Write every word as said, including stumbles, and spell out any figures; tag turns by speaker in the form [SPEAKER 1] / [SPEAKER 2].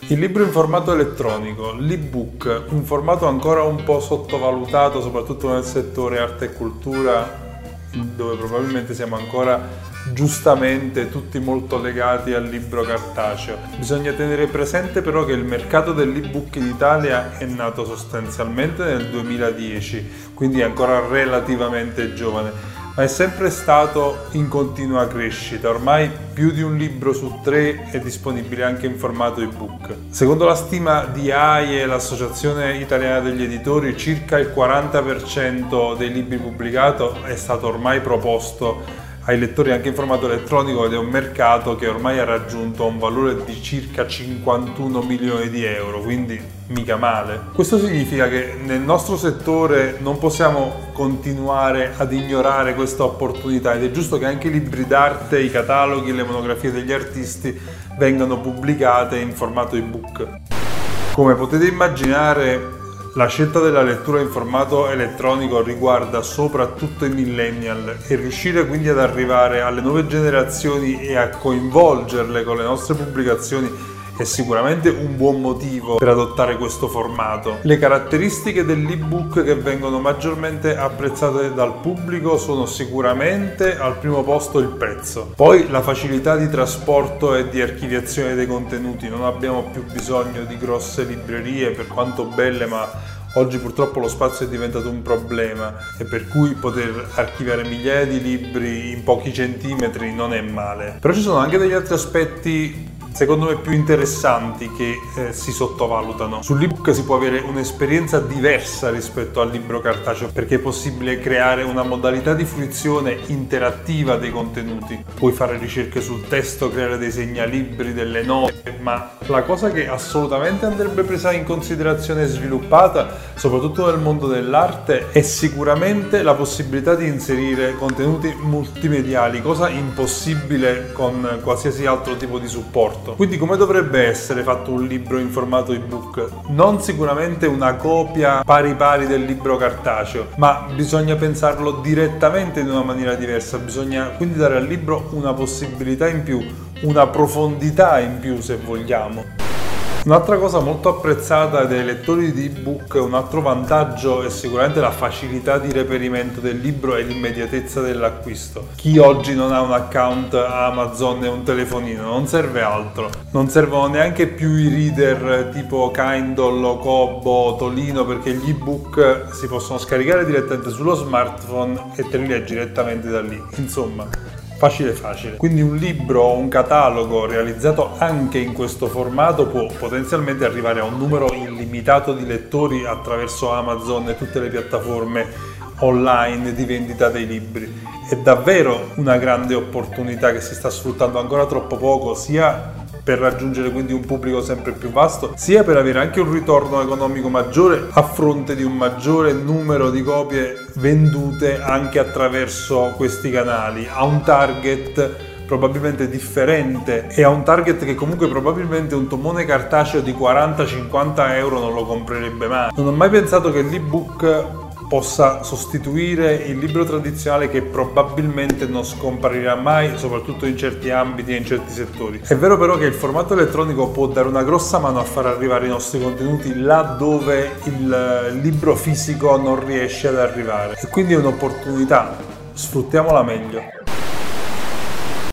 [SPEAKER 1] Il libro in formato elettronico, l'ebook, un formato ancora un po' sottovalutato, soprattutto nel settore arte e cultura, dove probabilmente siamo ancora giustamente tutti molto legati al libro cartaceo. Bisogna tenere presente però che il mercato dell'ebook in Italia è nato sostanzialmente nel duemiladieci, quindi è ancora relativamente giovane, ma è sempre stato in continua crescita. Ormai più di un libro su tre è disponibile anche in formato ebook. Secondo la stima di A I E, l'Associazione Italiana degli Editori, circa il quaranta per cento dei libri pubblicati è stato ormai proposto ai lettori anche in formato elettronico, ed è un mercato che ormai ha raggiunto un valore di circa cinquantuno milioni di euro, quindi mica male. Questo significa che nel nostro settore non possiamo continuare ad ignorare questa opportunità, ed è giusto che anche i libri d'arte, i cataloghi, le monografie degli artisti vengano pubblicate in formato ebook. Come potete immaginare, la scelta della lettura in formato elettronico riguarda soprattutto i millennial, e riuscire quindi ad arrivare alle nuove generazioni e a coinvolgerle con le nostre pubblicazioni è sicuramente un buon motivo per adottare questo formato. Le caratteristiche dell'ebook che vengono maggiormente apprezzate dal pubblico sono sicuramente al primo posto il prezzo, poi la facilità di trasporto e di archiviazione dei contenuti. Non abbiamo più bisogno di grosse librerie, per quanto belle, ma oggi purtroppo lo spazio è diventato un problema, e per cui poter archiviare migliaia di libri in pochi centimetri non è male. Però ci sono anche degli altri aspetti secondo me più interessanti che eh, si sottovalutano. Sull'ebook si può avere un'esperienza diversa rispetto al libro cartaceo, perché è possibile creare una modalità di fruizione interattiva dei contenuti. Puoi fare ricerche sul testo, creare dei segnalibri, delle note, ma la cosa che assolutamente andrebbe presa in considerazione e sviluppata, soprattutto nel mondo dell'arte, è sicuramente la possibilità di inserire contenuti multimediali, cosa impossibile con qualsiasi altro tipo di supporto. Quindi come dovrebbe essere fatto un libro in formato ebook? Non sicuramente una copia pari pari del libro cartaceo, ma bisogna pensarlo direttamente in una maniera diversa. Bisogna quindi dare al libro una possibilità in più, una profondità in più, se vogliamo. Un'altra cosa molto apprezzata dai lettori di ebook, un altro vantaggio, è sicuramente la facilità di reperimento del libro e l'immediatezza dell'acquisto. Chi oggi non ha un account Amazon e un telefonino, non serve altro. Non servono neanche più i reader tipo Kindle, Kobo, Tolino, perché gli ebook si possono scaricare direttamente sullo smartphone e te li leggi direttamente da lì. Insomma, facile facile. Quindi un libro o un catalogo realizzato anche in questo formato può potenzialmente arrivare a un numero illimitato di lettori attraverso Amazon e tutte le piattaforme online di vendita dei libri. È davvero una grande opportunità che si sta sfruttando ancora troppo poco, sia per raggiungere quindi un pubblico sempre più vasto, sia per avere anche un ritorno economico maggiore a fronte di un maggiore numero di copie vendute anche attraverso questi canali, a un target probabilmente differente, e a un target che comunque probabilmente un tommone cartaceo di quaranta cinquanta euro non lo comprerebbe mai. Non ho mai pensato che l'ebook possa sostituire il libro tradizionale, che probabilmente non scomparirà mai, soprattutto in certi ambiti e in certi settori. È vero però che il formato elettronico può dare una grossa mano a far arrivare i nostri contenuti là dove il libro fisico non riesce ad arrivare, e quindi è un'opportunità, sfruttiamola meglio.